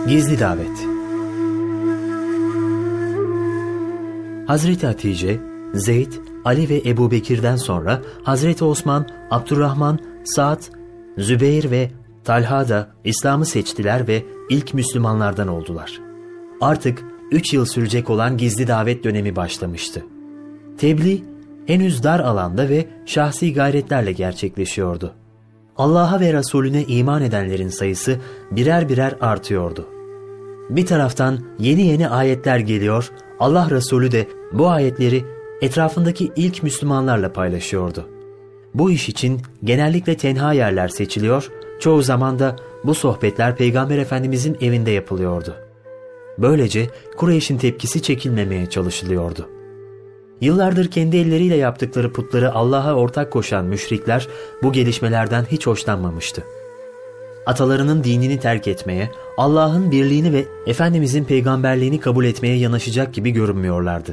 Gizli davet. Hazreti Hatice, Zeyd, Ali ve Ebu Bekir'den sonra Hazreti Osman, Abdurrahman, Sa'd, Zübeyir ve Talha da İslam'ı seçtiler ve ilk Müslümanlardan oldular. Artık 3 yıl sürecek olan gizli davet dönemi başlamıştı. Tebliğ henüz dar alanda ve şahsi gayretlerle gerçekleşiyordu. Allah'a ve Resulüne iman edenlerin sayısı birer birer artıyordu. Bir taraftan yeni ayetler geliyor, Allah Resulü de bu ayetleri etrafındaki ilk Müslümanlarla paylaşıyordu. Bu iş için genellikle tenha yerler seçiliyor, çoğu zaman da bu sohbetler Peygamber Efendimizin evinde yapılıyordu. Böylece Kureyş'in tepkisi çekilmemeye çalışılıyordu. Yıllardır kendi elleriyle yaptıkları putları Allah'a ortak koşan müşrikler bu gelişmelerden hiç hoşlanmamıştı. Atalarının dinini terk etmeye, Allah'ın birliğini ve Efendimizin peygamberliğini kabul etmeye yanaşacak gibi görünmüyorlardı.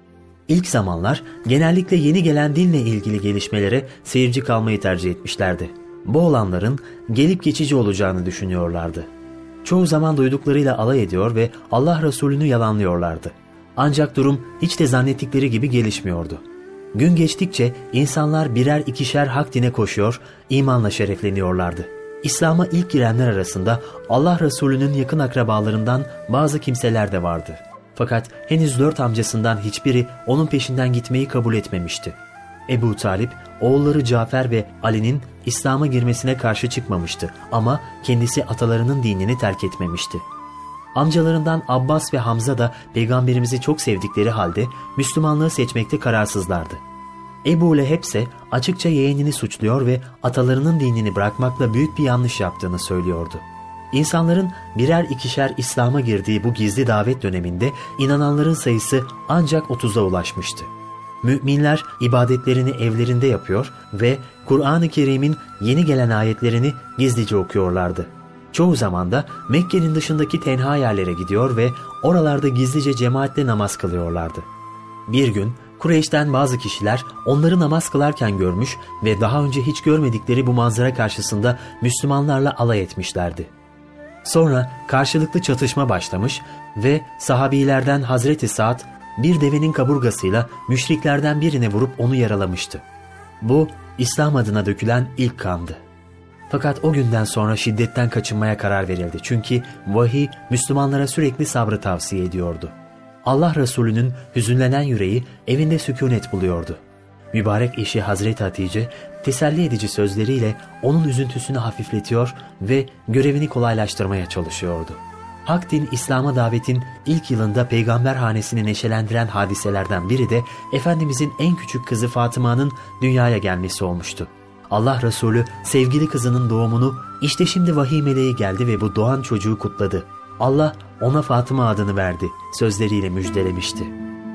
İlk zamanlar genellikle yeni gelen dinle ilgili gelişmelere seyirci kalmayı tercih etmişlerdi. Bu olanların gelip geçici olacağını düşünüyorlardı. Çoğu zaman duyduklarıyla alay ediyor ve Allah Resulü'nü yalanlıyorlardı. Ancak durum hiç de zannettikleri gibi gelişmiyordu. Gün geçtikçe insanlar birer ikişer hak dine koşuyor, imanla şerefleniyorlardı. İslam'a ilk girenler arasında Allah Resulü'nün yakın akrabalarından bazı kimseler de vardı. Fakat henüz 4 amcasından hiçbiri onun peşinden gitmeyi kabul etmemişti. Ebu Talip, oğulları Cafer ve Ali'nin İslam'a girmesine karşı çıkmamıştı ama kendisi atalarının dinini terk etmemişti. Amcalarından Abbas ve Hamza da Peygamberimizi çok sevdikleri halde Müslümanlığı seçmekte kararsızlardı. Ebu Leheb ise açıkça yeğenini suçluyor ve atalarının dinini bırakmakla büyük bir yanlış yaptığını söylüyordu. İnsanların birer ikişer İslam'a girdiği bu gizli davet döneminde inananların sayısı ancak 30'a ulaşmıştı. Müminler ibadetlerini evlerinde yapıyor ve Kur'an-ı Kerim'in yeni gelen ayetlerini gizlice okuyorlardı. Çoğu zaman da Mekke'nin dışındaki tenha yerlere gidiyor ve oralarda gizlice cemaatle namaz kılıyorlardı. Bir gün Kureyş'ten bazı kişiler onları namaz kılarken görmüş ve daha önce hiç görmedikleri bu manzara karşısında Müslümanlarla alay etmişlerdi. Sonra karşılıklı çatışma başlamış ve sahabilerden Hazreti Sa'd bir devenin kaburgasıyla müşriklerden birine vurup onu yaralamıştı. Bu İslam adına dökülen ilk kandı. Fakat o günden sonra şiddetten kaçınmaya karar verildi. Çünkü vahiy Müslümanlara sürekli sabrı tavsiye ediyordu. Allah Resulü'nün hüzünlenen yüreği evinde sükûnet buluyordu. Mübarek eşi Hazreti Hatice teselli edici sözleriyle onun üzüntüsünü hafifletiyor ve görevini kolaylaştırmaya çalışıyordu. Hak din İslam'a davetin ilk yılında peygamber hanesini neşelendiren hadiselerden biri de Efendimizin en küçük kızı Fatıma'nın dünyaya gelmesi olmuştu. Allah Resulü sevgili kızının doğumunu işte şimdi vahiy meleği geldi ve bu doğan çocuğu kutladı. Allah ona Fatıma adını verdi sözleriyle müjdelemişti.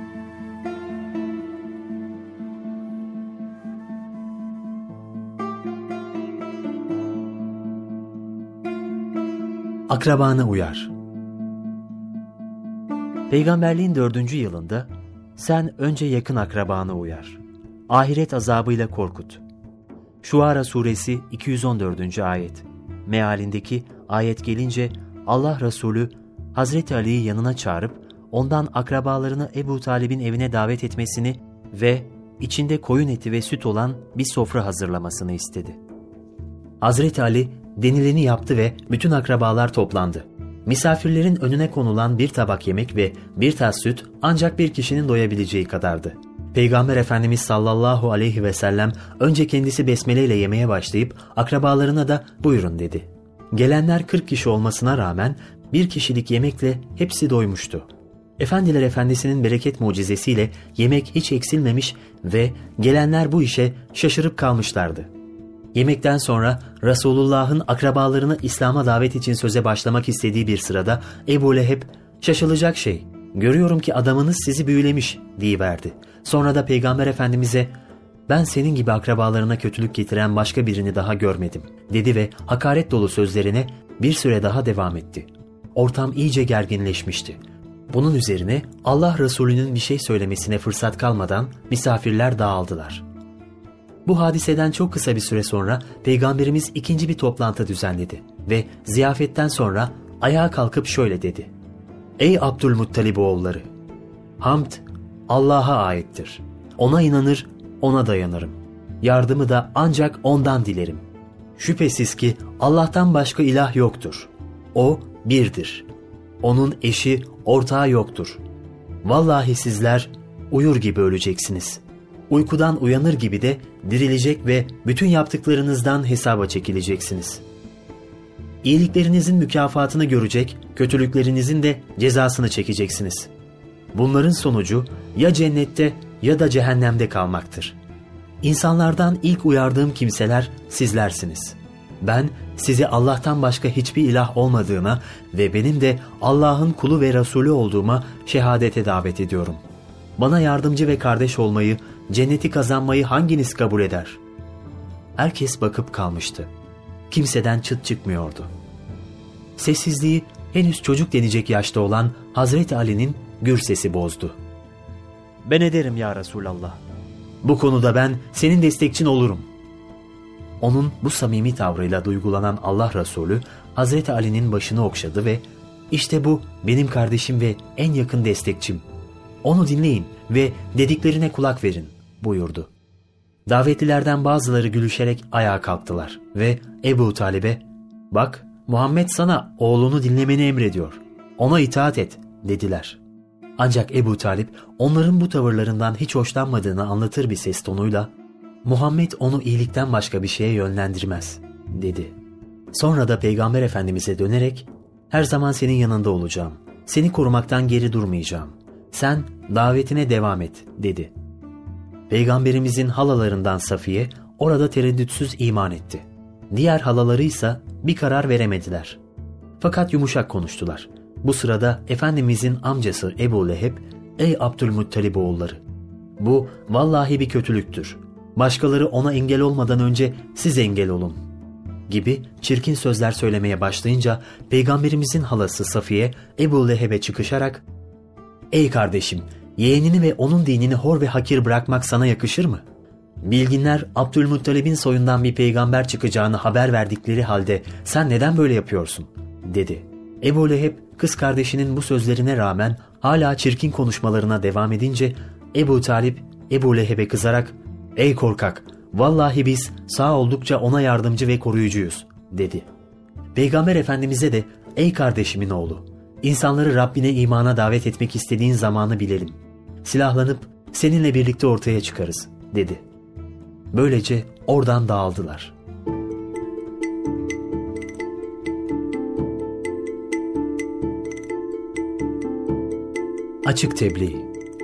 Akrabana uyar. Peygamberliğin 4. yılında sen önce yakın akrabana uyar. Ahiret azabıyla korkut. Şuara suresi 214. ayet. Mealindeki ayet gelince Allah Resulü Hazreti Ali'yi yanına çağırıp ondan akrabalarını Ebu Talib'in evine davet etmesini ve içinde koyun eti ve süt olan bir sofra hazırlamasını istedi. Hazreti Ali denileni yaptı ve bütün akrabalar toplandı. Misafirlerin önüne konulan bir tabak yemek ve bir tas süt ancak bir kişinin doyabileceği kadardı. Peygamber Efendimiz sallallahu aleyhi ve sellem önce kendisi besmele ile yemeye başlayıp akrabalarına da buyurun dedi. Gelenler 40 kişi olmasına rağmen bir kişilik yemekle hepsi doymuştu. Efendiler Efendisi'nin bereket mucizesiyle yemek hiç eksilmemiş ve gelenler bu işe şaşırıp kalmışlardı. Yemekten sonra Resulullah'ın akrabalarını İslam'a davet için söze başlamak istediği bir sırada Ebu Leheb şaşılacak şey, görüyorum ki adamınız sizi büyülemiş diyiverdi. Sonra da Peygamber Efendimiz'e ben senin gibi akrabalarına kötülük getiren başka birini daha görmedim dedi ve hakaret dolu sözlerine bir süre daha devam etti. Ortam iyice gerginleşmişti. Bunun üzerine Allah Resulü'nün bir şey söylemesine fırsat kalmadan misafirler dağıldılar. Bu hadiseden çok kısa bir süre sonra Peygamberimiz ikinci bir toplantı düzenledi ve ziyafetten sonra ayağa kalkıp şöyle dedi: Ey Abdülmuttalib oğulları! Hamd Allah'a aittir. Ona inanır, ona dayanırım. Yardımı da ancak ondan dilerim. Şüphesiz ki Allah'tan başka ilah yoktur. O birdir. Onun eşi, ortağı yoktur. Vallahi sizler uyur gibi öleceksiniz. Uykudan uyanır gibi de dirilecek ve bütün yaptıklarınızdan hesaba çekileceksiniz. İyiliklerinizin mükafatını görecek, kötülüklerinizin de cezasını çekeceksiniz. Bunların sonucu ya cennette ya da cehennemde kalmaktır. İnsanlardan ilk uyardığım kimseler sizlersiniz. Ben sizi Allah'tan başka hiçbir ilah olmadığına ve benim de Allah'ın kulu ve Resulü olduğuma şehadete davet ediyorum. Bana yardımcı ve kardeş olmayı, cenneti kazanmayı hanginiz kabul eder? Herkes bakıp kalmıştı. Kimseden çıt çıkmıyordu. Sessizliği henüz çocuk denecek yaşta olan Hazreti Ali'nin gür sesi bozdu. Ben ederim ya Resulallah. Bu konuda ben senin destekçin olurum. Onun bu samimi tavrıyla duygulanan Allah Resulü Hazreti Ali'nin başını okşadı ve işte bu benim kardeşim ve en yakın destekçim. Onu dinleyin ve dediklerine kulak verin buyurdu. Davetlilerden bazıları gülüşerek ayağa kalktılar ve Ebu Talib'e bak Muhammed sana oğlunu dinlemeni emrediyor. Ona itaat et dediler. Ancak Ebu Talib onların bu tavırlarından hiç hoşlanmadığını anlatır bir ses tonuyla Muhammed onu iyilikten başka bir şeye yönlendirmez dedi. Sonra da Peygamber Efendimiz'e dönerek her zaman senin yanında olacağım. Seni korumaktan geri durmayacağım. Sen davetine devam et dedi. Peygamberimizin halalarından Safiye orada tereddütsüz iman etti. Diğer halaları ise bir karar veremediler. Fakat yumuşak konuştular. Bu sırada Efendimizin amcası Ebu Leheb, ey Abdülmuttalib oğulları! Bu vallahi bir kötülüktür. Başkaları ona engel olmadan önce siz engel olun gibi çirkin sözler söylemeye başlayınca Peygamberimizin halası Safiye Ebu Leheb'e çıkışarak ey kardeşim, yeğenini ve onun dinini hor ve hakir bırakmak sana yakışır mı? Bilginler Abdülmuttalib'in soyundan bir peygamber çıkacağını haber verdikleri halde sen neden böyle yapıyorsun? Dedi. Ebu Leheb kız kardeşinin bu sözlerine rağmen hala çirkin konuşmalarına devam edince Ebu Talib Ebu Leheb'e kızarak ey korkak! Vallahi biz sağ oldukça ona yardımcı ve koruyucuyuz dedi. Peygamber Efendimiz'e de ey kardeşimin oğlu! İnsanları Rabbine imana davet etmek istediğin zamanı bilelim. Silahlanıp seninle birlikte ortaya çıkarız dedi. Böylece oradan dağıldılar. Açık tebliğ.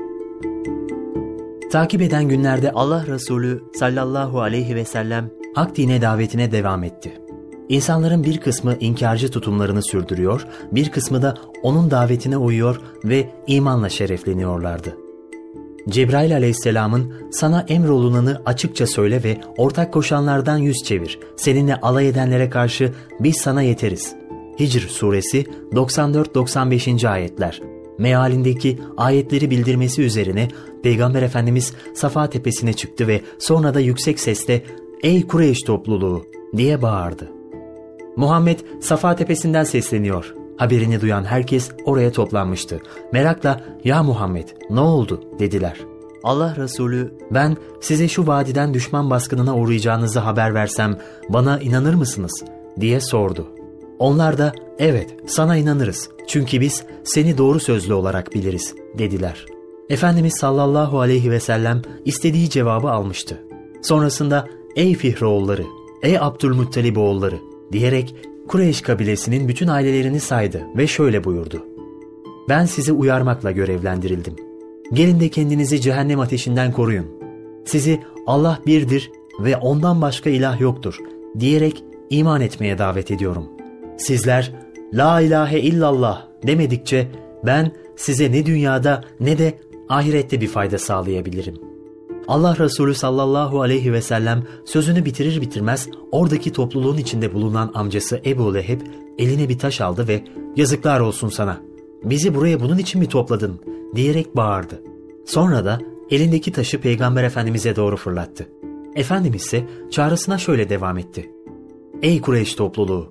Takip eden günlerde Allah Resulü sallallahu aleyhi ve sellem hak dine davetine devam etti. İnsanların bir kısmı inkarcı tutumlarını sürdürüyor, bir kısmı da onun davetine uyuyor ve imanla şerefleniyorlardı. Cebrail aleyhisselamın sana emrolunanı açıkça söyle ve ortak koşanlardan yüz çevir. Seninle alay edenlere karşı biz sana yeteriz. Hicr suresi 94-95. ayetler. Mealindeki ayetleri bildirmesi üzerine Peygamber Efendimiz Safa tepesine çıktı ve sonra da yüksek sesle ''Ey Kureyş topluluğu!'' diye bağırdı. Muhammed Safa tepesinden sesleniyor. Haberini duyan herkes oraya toplanmıştı. Merakla ''Ya Muhammed ne oldu?'' dediler. Allah Resulü ben size şu vadiden düşman baskınına uğrayacağınızı haber versem bana inanır mısınız diye sordu. Onlar da evet sana inanırız çünkü biz seni doğru sözlü olarak biliriz dediler. Efendimiz sallallahu aleyhi ve sellem istediği cevabı almıştı. Sonrasında ey Fihroğulları, ey Abdülmuttalib oğulları diyerek Kureyş kabilesinin bütün ailelerini saydı ve şöyle buyurdu. Ben sizi uyarmakla görevlendirildim. Gelin de kendinizi cehennem ateşinden koruyun. Sizi Allah birdir ve ondan başka ilah yoktur diyerek iman etmeye davet ediyorum. Sizler la ilahe illallah demedikçe ben size ne dünyada ne de ahirette bir fayda sağlayabilirim. Allah Resulü sallallahu aleyhi ve sellem sözünü bitirir bitirmez oradaki topluluğun içinde bulunan amcası Ebu Leheb eline bir taş aldı ve yazıklar olsun sana, bizi buraya bunun için mi topladın diyerek bağırdı. Sonra da elindeki taşı Peygamber Efendimiz'e doğru fırlattı. Efendimiz ise çağrısına şöyle devam etti. Ey Kureyş topluluğu!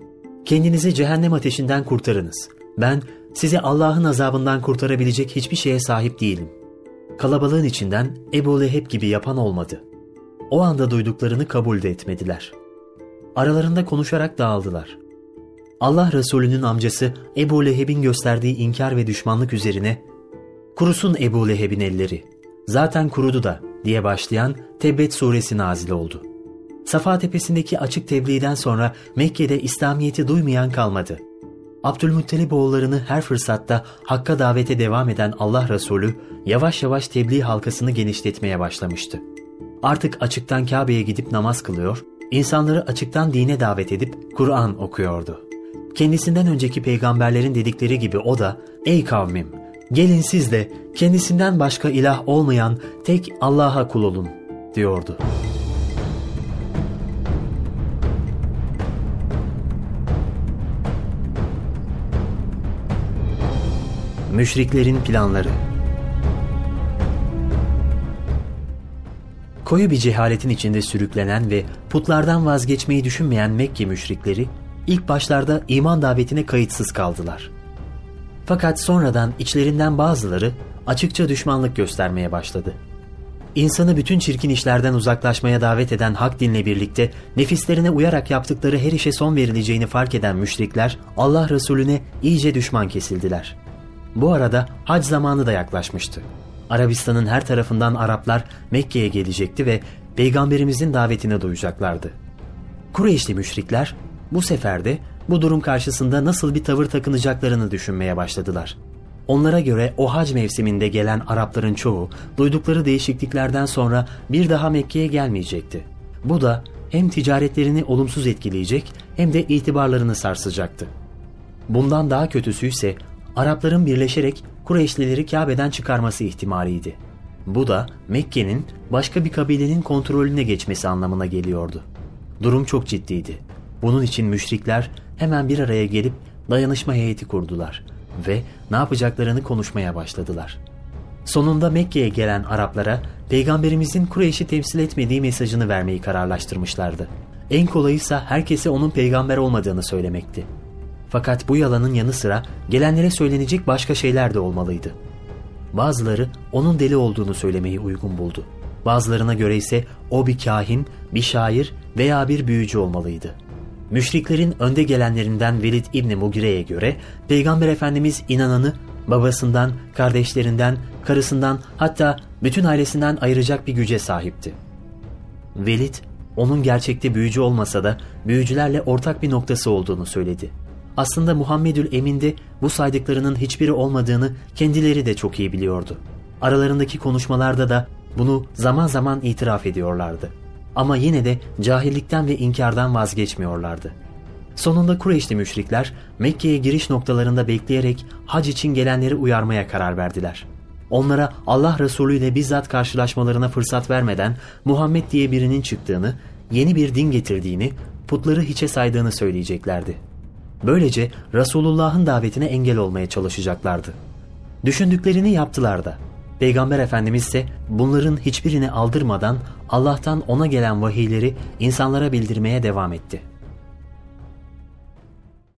Kendinizi cehennem ateşinden kurtarınız. Ben sizi Allah'ın azabından kurtarabilecek hiçbir şeye sahip değilim. Kalabalığın içinden Ebu Leheb gibi yapan olmadı. O anda duyduklarını kabul de etmediler. Aralarında konuşarak dağıldılar. Allah Resulü'nün amcası Ebu Leheb'in gösterdiği inkar ve düşmanlık üzerine "Kurusun Ebu Leheb'in elleri, zaten kurudu da" diye başlayan Tebbet suresi nazil oldu. Safa tepesindeki açık tebliğden sonra Mekke'de İslamiyet'i duymayan kalmadı. Abdülmuttalip oğullarını her fırsatta Hakk'a davete devam eden Allah Resulü yavaş yavaş tebliğ halkasını genişletmeye başlamıştı. Artık açıktan Kabe'ye gidip namaz kılıyor, insanları açıktan dine davet edip Kur'an okuyordu. Kendisinden önceki peygamberlerin dedikleri gibi o da "Ey kavmim, gelin siz de kendisinden başka ilah olmayan tek Allah'a kul olun" diyordu. Müşriklerin planları. Koyu bir cehaletin içinde sürüklenen ve putlardan vazgeçmeyi düşünmeyen Mekke müşrikleri ilk başlarda iman davetine kayıtsız kaldılar. Fakat sonradan içlerinden bazıları açıkça düşmanlık göstermeye başladı. İnsanı bütün çirkin işlerden uzaklaşmaya davet eden hak dinle birlikte nefislerine uyarak yaptıkları her işe son verileceğini fark eden müşrikler Allah Resulüne iyice düşman kesildiler. Bu arada hac zamanı da yaklaşmıştı. Arabistan'ın her tarafından Araplar Mekke'ye gelecekti ve Peygamberimizin davetini duyacaklardı. Kureyşli müşrikler bu sefer de bu durum karşısında nasıl bir tavır takınacaklarını düşünmeye başladılar. Onlara göre o hac mevsiminde gelen Arapların çoğu duydukları değişikliklerden sonra bir daha Mekke'ye gelmeyecekti. Bu da hem ticaretlerini olumsuz etkileyecek hem de itibarlarını sarsacaktı. Bundan daha kötüsü ise Arapların birleşerek Kureyşlileri Kabe'den çıkarması ihtimaliydi. Bu da Mekke'nin başka bir kabilenin kontrolüne geçmesi anlamına geliyordu. Durum çok ciddiydi. Bunun için müşrikler hemen bir araya gelip dayanışma heyeti kurdular ve ne yapacaklarını konuşmaya başladılar. Sonunda Mekke'ye gelen Araplara Peygamberimizin Kureyş'i temsil etmediği mesajını vermeyi kararlaştırmışlardı. En kolayıysa herkese onun peygamber olmadığını söylemekti. Fakat bu yalanın yanı sıra gelenlere söylenecek başka şeyler de olmalıydı. Bazıları onun deli olduğunu söylemeyi uygun buldu. Bazılarına göre ise o bir kahin, bir şair veya bir büyücü olmalıydı. Müşriklerin önde gelenlerinden Velid İbni Mugire'ye göre Peygamber Efendimiz inananı babasından, kardeşlerinden, karısından hatta bütün ailesinden ayıracak bir güce sahipti. Velid, onun gerçekte büyücü olmasa da büyücülerle ortak bir noktası olduğunu söyledi. Aslında Muhammedül Emin'de bu saydıklarının hiçbiri olmadığını kendileri de çok iyi biliyordu. Aralarındaki konuşmalarda da bunu zaman zaman itiraf ediyorlardı. Ama yine de cahillikten ve inkardan vazgeçmiyorlardı. Sonunda Kureyşli müşrikler Mekke'ye giriş noktalarında bekleyerek hac için gelenleri uyarmaya karar verdiler. Onlara Allah Resulü ile bizzat karşılaşmalarına fırsat vermeden Muhammed diye birinin çıktığını, yeni bir din getirdiğini, putları hiçe saydığını söyleyeceklerdi. Böylece Resulullah'ın davetine engel olmaya çalışacaklardı. Düşündüklerini yaptılar da. Peygamber Efendimiz ise bunların hiçbirini aldırmadan Allah'tan ona gelen vahiyleri insanlara bildirmeye devam etti.